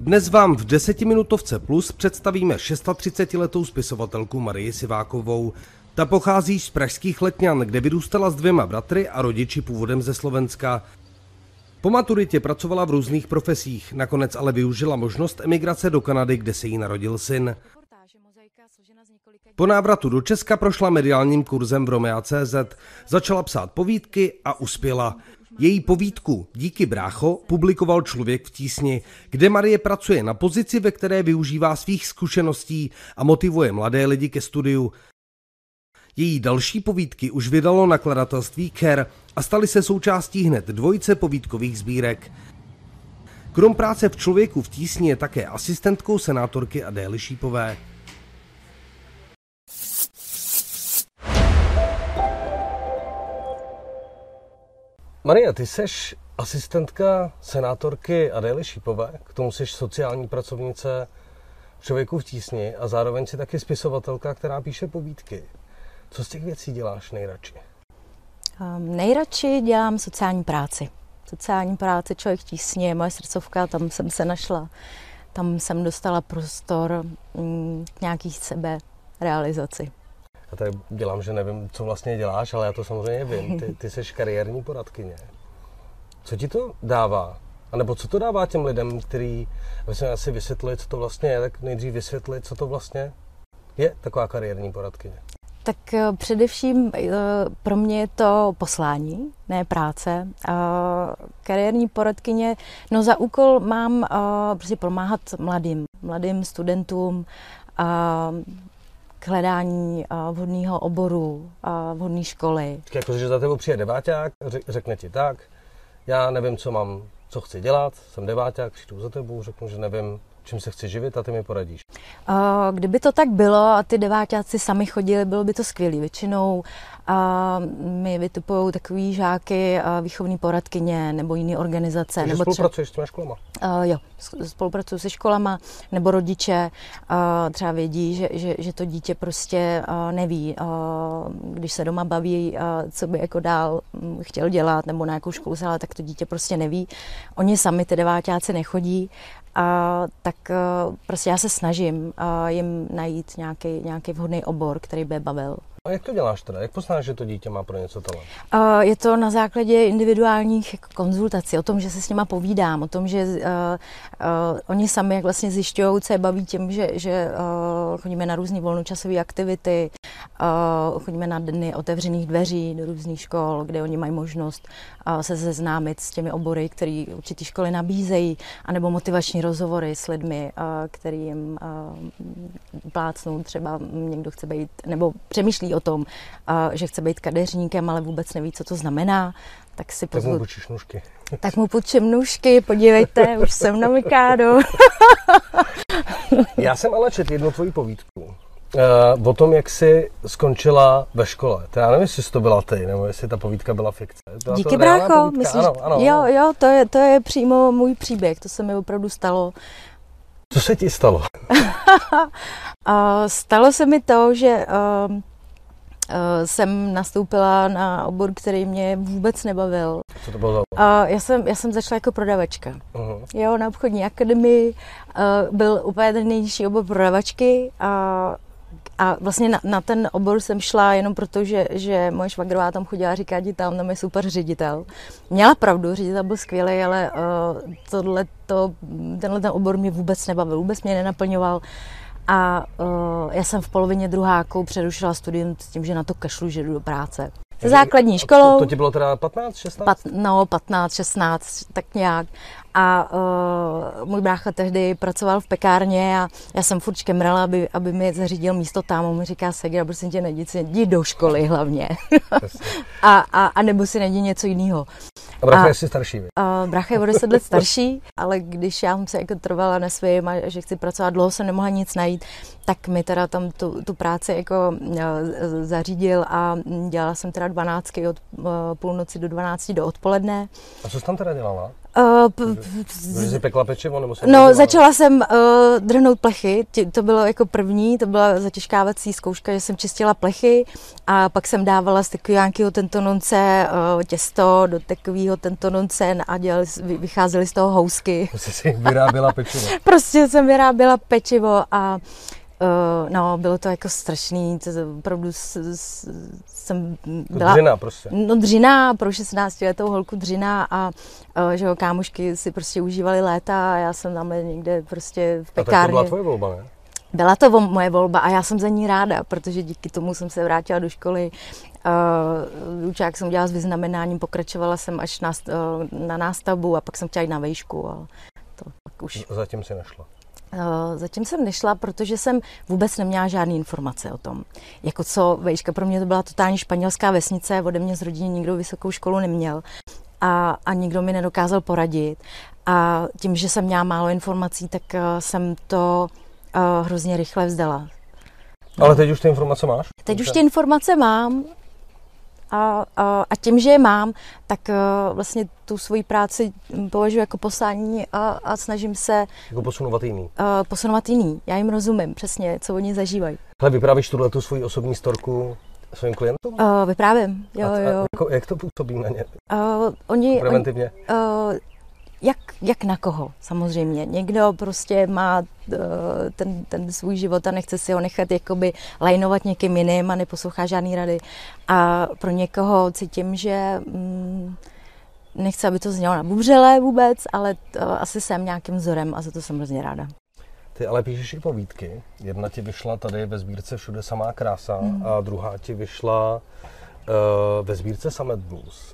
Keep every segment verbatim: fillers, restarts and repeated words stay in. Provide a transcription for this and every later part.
Dnes vám v desetiminutovce plus představíme třicetišestiletou spisovatelku Marii Sivákovou. Ta pochází z pražských Letňan, kde vyrůstala s dvěma bratry a rodiči původem ze Slovenska. Po maturitě pracovala v různých profesích, nakonec ale využila možnost emigrace do Kanady, kde se jí narodil syn. Po návratu do Česka prošla mediálním kurzem v Romea tečka cé zet, začala psát povídky a uspěla. Její povídku Díky brácho publikoval Člověk v tísni, kde Marie pracuje na pozici, ve které využívá svých zkušeností a motivuje mladé lidi ke studiu. Její další povídky už vydalo nakladatelství Ker a staly se součástí hned dvojice povídkových sbírek. Krom práce v Člověku v tísni je také asistentkou senátorky Adély Šípové. Maria, ty seš asistentka senátorky Adély Šípové, k tomu seš sociální pracovnice Člověku v tísni a zároveň si taky spisovatelka, která píše povídky. Co z těch věcí děláš nejradši? Um, nejradši dělám sociální práci. Sociální práce Člověk v tísni je moje srdcovka, tam jsem se našla. Tam jsem dostala prostor mm, k nějaký seberealizaci. Já tady dělám, že nevím, co vlastně děláš, ale já to samozřejmě vím. Ty, ty seš kariérní poradkyně. Co ti to dává? A nebo co to dává těm lidem, který vlastně asi vysvětlit, co to vlastně je, tak nejdřív vysvětlit, co to vlastně je taková kariérní poradkyně. Tak především pro mě je to poslání, ne práce. Kariérní poradkyně, no za úkol mám prostě pomáhat mladým, mladým studentům k hledání vhodného oboru, vhodné školy. Jako, že za tebou přijde deváťák, řekne ti tak, já nevím, co mám, co chci dělat, jsem deváťák, přijdu za tebou, řeknu, že nevím, čím se chci živit a ty mi poradíš. Kdyby to tak bylo a ty deváťáci sami chodili, bylo by to skvělé. Většinou a mi vytipují takový žáky, výchovní poradkyně nebo jiné organizace. Takže nebo spolupracuješ s těmi školama? Uh, jo, spolupracuju se školama nebo rodiče uh, třeba vědí, že, že, že to dítě prostě uh, neví, uh, když se doma baví, uh, co by jako dál um, chtěl dělat nebo na jakou školu se, ale tak to dítě prostě neví. Oni sami, ty deváťáci, nechodí. Uh, tak uh, prostě já se snažím uh, jim najít nějaký, nějaký vhodný obor, který by je bavil. A jak to děláš teda? Jak poznáš, že to dítě má pro něco talent? Uh, je to na základě individuálních konzultací, o tom, že se s nima povídám, o tom, že uh, uh, oni sami jak vlastně zjišťují, co je baví tím, že, že uh, chodíme na různé volnočasové aktivity, uh, chodíme na dny otevřených dveří do různých škol, kde oni mají možnost uh, se seznámit s těmi obory, které určitý školy nabízejí, anebo motivační rozhovory s lidmi, uh, který jim uh, plácnou, třeba někdo chce být, nebo přemýšlí o tom, že chce být kadeřníkem, ale vůbec neví, co to znamená, tak si pozvu... Tak mu půjčíš nůžky. Tak mu půjčím nůžky, podívejte, už jsem na Mikádu. Já jsem ale četl jednu tvoji povídku uh, o tom, jak jsi skončila ve škole. To já nevím, jestli to byla ty, nebo jestli ta povídka byla fikce. Byla Díky brácho, myslíš? Ano, ano, jo, ano. jo, to je, to je přímo můj příběh, to se mi opravdu stalo. Co se ti stalo? uh, stalo se mi to, že uh, Uh, jsem nastoupila na obor, který mě vůbec nebavil. Co to bylo za obor? Uh, já, jsem, já jsem začala jako prodavačka. Uh-huh. Jo, na obchodní akademii uh, byl úplně ten nejnižší obor prodavačky a, a vlastně na, na ten obor jsem šla jenom proto, že, že moje švagrová tam chodila a říká, ti tam, tam je super ředitel. Měla pravdu, ředitel byl skvělý, ale uh, tohleto, tenhle ten obor mě vůbec nebavil, vůbec mě nenaplňoval. A uh, já jsem v polovině druháku přerušila studium s tím, že na to kašlu, že jdu do práce. Se základní školou. To, to ti bylo teda patnáct, šestnáct? Pat, no, patnáct, šestnáct, tak nějak. A uh, můj brácha tehdy pracoval v pekárně a já jsem furt škemrala, aby, aby mi zařídil místo tam. On mi říká, Segra, prosím tě, nejdi si, jdi do školy hlavně. a, a, a nebo si najdi něco jiného. A brácha je si starší, vy? Uh, brácha je o deset let starší, ale když já jsem se jako trvala na svým a že chci pracovat, dlouho jsem nemohla nic najít, tak mi teda tam tu, tu práci jako uh, zařídil a dělala jsem teda dvanáctky od uh, půlnoci do dvanácti do odpoledne. A co jsi tam teda dělala? Uh, p- Protože jsi pekla pečivo? Nebo no, dělala? Začala jsem uh, drhnout plechy, Tě, to bylo jako první, to byla zatěžkávací zkouška, že jsem čistila plechy a pak jsem dávala z takového nějakého tentononce uh, těsto do takového tentononce a dělali, vycházely z toho housky. Prostě jsi vyráběla pečivo. Prostě jsem vyráběla pečivo a Uh, no, bylo to jako strašný, to opravdu s, s, jsem byla... Dřina prostě. No dřina, pro šestnáctiletou holku dřina a uh, že jo, kámošky si prostě užívali léta a já jsem tam někde prostě v pekárně. A tak to byla tvoje volba, ne? Byla to moje volba a já jsem za ní ráda, protože díky tomu jsem se vrátila do školy. Uh, učák jsem dělala s vyznamenáním, pokračovala jsem až na, uh, na nástavbu a pak jsem chtěla jít na vejšku. A to pak už... Zatím si nešla. Uh, zatím jsem nešla, protože jsem vůbec neměla žádné informace o tom. Jako co vejška, pro mě to byla totálně španělská vesnice, ode mě z rodiny nikdo vysokou školu neměl a, a nikdo mi nedokázal poradit. A tím, že jsem měla málo informací, tak uh, jsem to uh, hrozně rychle vzdala. Ale teď už ty informace máš? Teď už ty informace mám. A, a, a tím, že je mám, tak uh, vlastně tu svoji práci považuji jako poslání a, a snažím se jako posunovat jiný. Uh, posunovat jiný. Já jim rozumím přesně, co oni zažívají. Hele, vyprávíš tuhletu svoji osobní storku svým klientům? Uh, vyprávím, jo, a, jo. A jako, jak to působí na ně? Uh, oni, Preventivně? On, uh, jak, jak na koho, samozřejmě. Někdo prostě má uh, ten, ten svůj život a nechce si ho nechat jakoby lajnovat někým jiným a neposlouchá žádný rady. A pro někoho cítím, že mm, nechci, aby to znělo na bubřele vůbec, ale uh, asi jsem nějakým vzorem a za to jsem hrozně ráda. Ty ale píšeš i povídky. Jedna ti vyšla tady ve sbírce Všude samá krása hmm. a druhá ti vyšla uh, ve sbírce Samet Blues.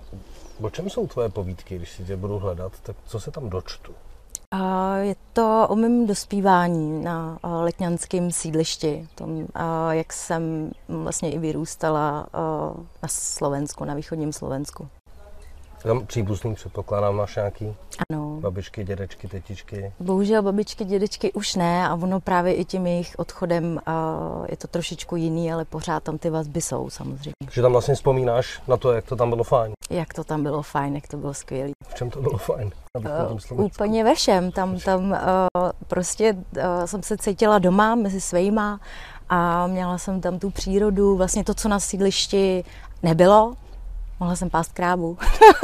O čem jsou tvoje povídky, když si tě budu hledat, tak co se tam dočtu? Uh, je to o mém dospívání na uh, letňanském sídlišti, tom, uh, jak jsem vlastně i vyrůstala uh, na Slovensku, na východním Slovensku. Tam příbuzný, předpokládám, máš nějaký? Ano. Babičky, dědečky, tetičky? Bohužel babičky, dědečky už ne a ono právě i tím jejich odchodem uh, je to trošičku jiný, ale pořád tam ty vazby jsou samozřejmě. Že tam vlastně vzpomínáš na to, jak to tam bylo fajn? Jak to tam bylo fajn, jak to bylo skvělé. V čem to bylo fajn? Uh, úplně ve všem. Tam, tam uh, prostě uh, jsem se cítila doma mezi svýma a měla jsem tam tu přírodu, vlastně to, co na sídlišti nebylo. Mohla jsem pást krávu.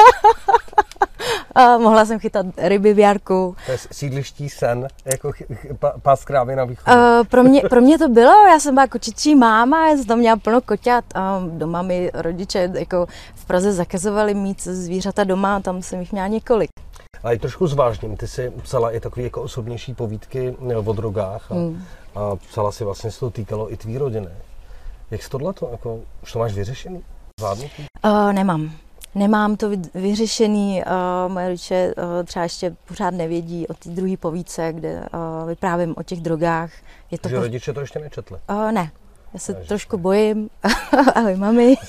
A mohla jsem chytat ryby v jarku. To je sídliští sen, jako pást krávy na východu. Uh, pro, mě, pro mě to bylo, já jsem byla kočičí máma, já jsem tam měla plno koťat a doma mi rodiče jako v Praze zakazovali mít zvířata doma, tam jsem jich měla několik. Ale i trošku zvážním, ty jsi psala i takové jako osobnější povídky o drogách a, hmm. a psala si vlastně, se to týkalo i tvý rodiny. Jak jsi tohleto, jako, už to máš vyřešený? Zvládnutý? Uh, nemám. Nemám to vyřešený, uh, moje rodiče uh, třeba ještě pořád nevědí o té druhé povídce, kde uh, vyprávím o těch drogách. Je to že po... rodiče to ještě nečetli? Uh, ne, já se Ježiš. trošku bojím. Ahoj mami.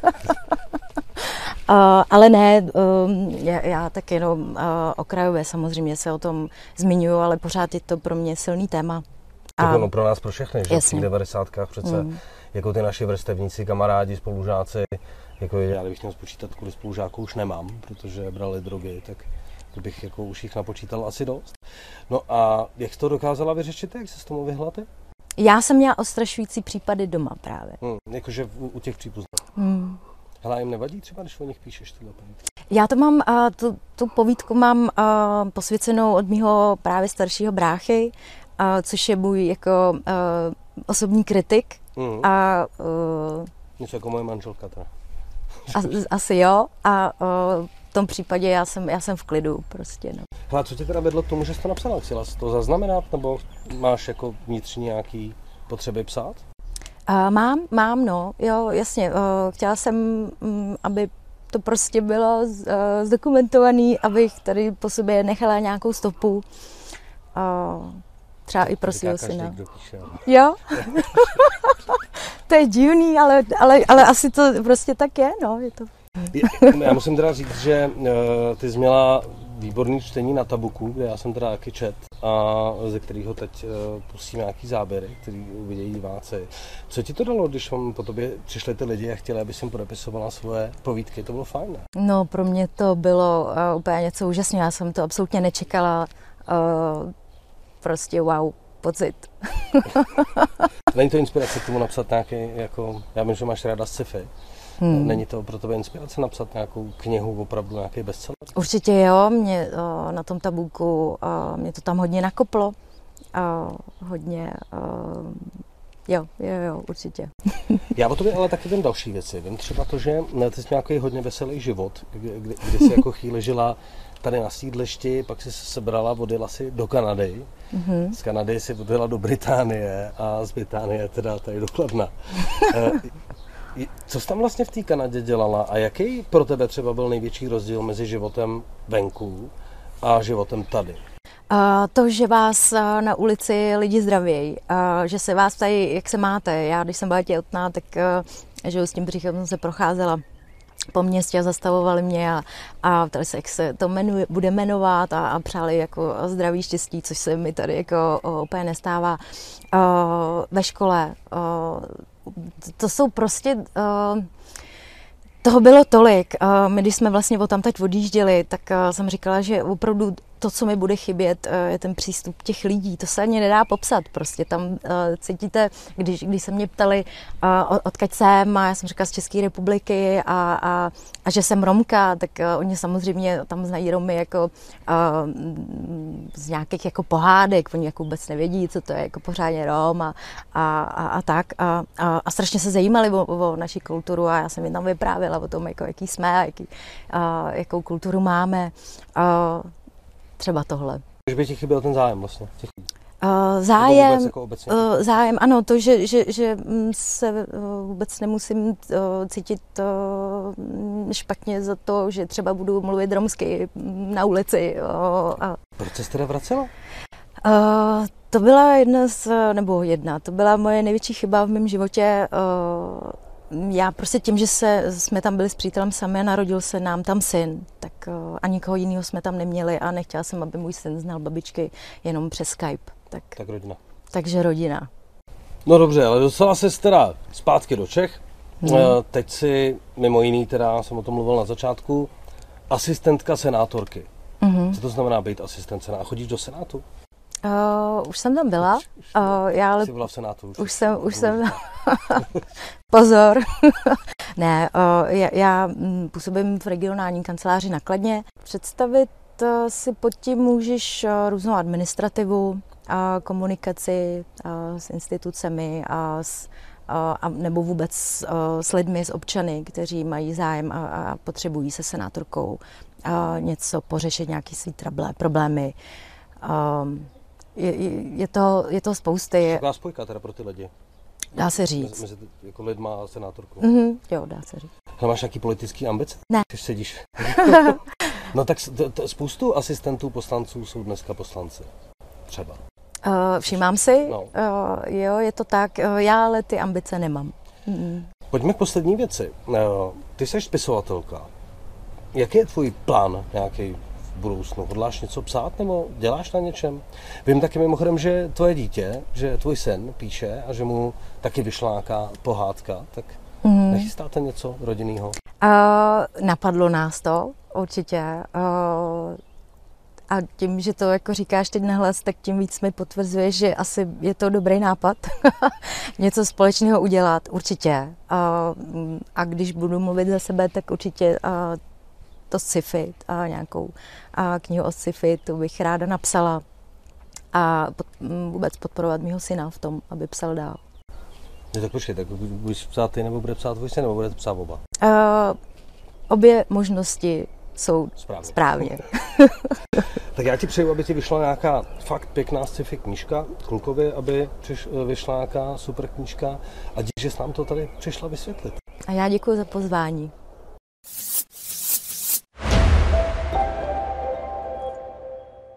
Uh, ale ne, um, já, já tak jenom uh, okrajově samozřejmě se o tom zmiňuji, ale pořád je to pro mě silný téma. Tak ono pro nás, pro všechny, že jasně. v těch devadesátkách přece mm. jako ty naši vrstevníci, kamarádi, spolužáci, jako já kdybych měl spočítat, kolik spolužáků už nemám, protože brali drogy, tak bych jako už jich napočítal asi dost. No a jak jsi to dokázala vyřešit, jak jsi s tomu vyhla ty? Já jsem měla ostrašující případy doma právě. Hmm, jakože u, u těch příbuzných. Hmm. Hele, jim nevadí třeba, když o nich píšeš tyhle povídky? Já to mám, uh, tu, tu povídku mám uh, posvěcenou od mýho právě staršího bráchy, uh, což je můj jako uh, osobní kritik. Hmm. A, uh, Něco jako moje manželka teda. As, asi jo. A uh, v tom případě já jsem, já jsem v klidu prostě. No. Hele, co tě teda vedlo k tomu, že jsi to napsala? Chtěla jsi to zaznamenat, nebo máš jako vnitřní nějaký potřeby psát? Uh, mám, mám, no, jo, jasně. Uh, chtěla jsem, um, aby to prostě bylo z, uh, zdokumentovaný, abych tady po sobě nechala nějakou stopu. Uh, třeba i pro svého syna. Jo? To je divný, ale, ale, ale asi to prostě tak je, no. Je to... Já musím teda říct, že uh, ty jsi měla výborný čtení na Tabuku, kde já jsem teda taky čet a ze kterého teď uh, pustím nějaký záběry, který uvidějí diváci. Co ti to dalo, když vám po tobě přišli ty lidi a chtěli, aby jsem podepisovala svoje povídky? To bylo fajn, ne? No, pro mě to bylo uh, úplně něco úžasného. Já jsem to absolutně nečekala. Uh, prostě wow, pocit. Není to inspirace k tomu napsat nějaký, jako, já vím, že máš ráda sci-fi. Hmm. Není to pro tebe inspirace napsat nějakou knihu, opravdu nějaký bestseller? Určitě jo, mě uh, na tom Tabuku, uh, mě to tam hodně nakoplo. Uh, hodně, uh, jo, jo, jo, určitě. Já o tobě ale taky vím další věci. Vím třeba to, že ty jsi měl nějaký hodně veselý život, kdy, kdy, kdy jsi jako chvíli žila tady na sídlišti, pak jsi se sebrala, odjela si do Kanady. Mm-hmm. Z Kanady si odjela do Británie a z Británie teda tady do Kladna. Co jsi tam vlastně v té Kanadě dělala a jaký pro tebe třeba byl největší rozdíl mezi životem venku a životem tady? Uh, to, že vás uh, na ulici lidi zdravějí, uh, že se vás ptají, jak se máte. Já, když jsem byla těhotná, tak uh, že s tím břichem jsem se procházela po městě a zastavovali mě a, a ptali se, jak se to jmenuje, bude jmenovat a, a přáli jako zdraví, štěstí, což se mi tady jako uh, úplně nestává. Uh, ve škole uh, to jsou prostě... Uh, toho bylo tolik. Uh, my, když jsme vlastně o tam teď odjížděli, tak uh, jsem říkala, že opravdu to, co mi bude chybět, je ten přístup těch lidí. To se ani nedá popsat. Prostě tam uh, cítíte, když, když se mě ptali, uh, odkud jsem, a já jsem říkala z České republiky a, a, a že jsem Romka, tak uh, oni samozřejmě tam znají Romy jako uh, z nějakých jako pohádek. Oni jako vůbec nevědí, co to je jako pořádně Rom a, a, a, a tak. A, a, a strašně se zajímali o, o naši kulturu a já jsem jim tam vyprávěla o tom, jako, jaký jsme a jaký, uh, jakou kulturu máme. Uh, Třeba tohle. Že by ti chyběl ten zájem vlastně? Těch... Uh, zájem, jako uh, zájem, ano, to, že, že, že se uh, vůbec nemusím uh, cítit uh, špatně za to, že třeba budu mluvit romsky na ulici. Uh, a... Proč jsi teda vracela? Uh, to byla jedna z, nebo jedna, to byla moje největší chyba v mém životě. Uh, Já prostě tím, že se, jsme tam byli s přítelem sami a narodil se nám tam syn, tak uh, a nikoho jiného jsme tam neměli a nechtěla jsem, aby můj syn znal babičky jenom přes Skype. Tak, tak rodina. Takže rodina. No dobře, ale dostala ses teda zpátky do Čech. Hmm. Teď si mimo jiný, teda jsem o tom mluvil na začátku, asistentka senátorky. Hmm. Co to znamená být asistent senátora? A chodíš do Senátu? Uh, už jsem tam byla. Už, už, uh, já ale... Jsi byla v Senátu? Už, už jsem, už jsem... Pozor. Ne, uh, já, já působím v regionální kanceláři na Kladně. Představit uh, si pod tím můžeš uh, různou administrativu, a komunikaci uh, s institucemi a s, uh, a, nebo vůbec uh, s lidmi, s občany, kteří mají zájem a, a potřebují se senátorkou uh, něco pořešit, nějaké svý trable, problémy. Um, Je, je, to, je to spousty. Taková spojka teda pro ty lidi. Dá se říct. Mezi jako lidma a senátorkou. Mm-hmm, jo, dá se říct. A máš nějaký politický ambice? Ne. Když sedíš. No tak t- t- spoustu asistentů poslanců jsou dneska poslanci. Třeba. Uh, všímám si. No. Uh, jo, je to tak. Uh, já ale ty ambice nemám. Mm-mm. Pojďme k poslední věci. Uh, ty jsi spisovatelka. Jaký je tvůj plán nějaký v budoucnu? Hodláš něco psát nebo děláš na něčem? Vím taky mimochodem, že tvoje dítě, že tvůj syn píše a že mu taky vyšla nějaká pohádka, tak mm. nechystáte něco rodinného? Uh, napadlo nás to, určitě. Uh, a tím, že to jako říkáš teď nahlas, tak tím víc mi potvrzuje, že asi je to dobrý nápad něco společného udělat, určitě. Uh, a když budu mluvit za sebe, tak určitě uh, to sci-fi a nějakou a knihu o sci-fi, to bych ráda napsala a pod, vůbec podporovat mýho syna v tom, aby psal dál. No tak počkej, tak budeš psát ty, nebo bude psát tvůj syn, nebo bude psát oba? Uh, obě možnosti jsou správně. správně. Tak já ti přeju, aby ti vyšla nějaká fakt pěkná sci-fi knížka, klukovi, aby přiš, vyšla nějaká super knížka a díky, že jsi nám to tady přišla vysvětlit. A já děkuji za pozvání.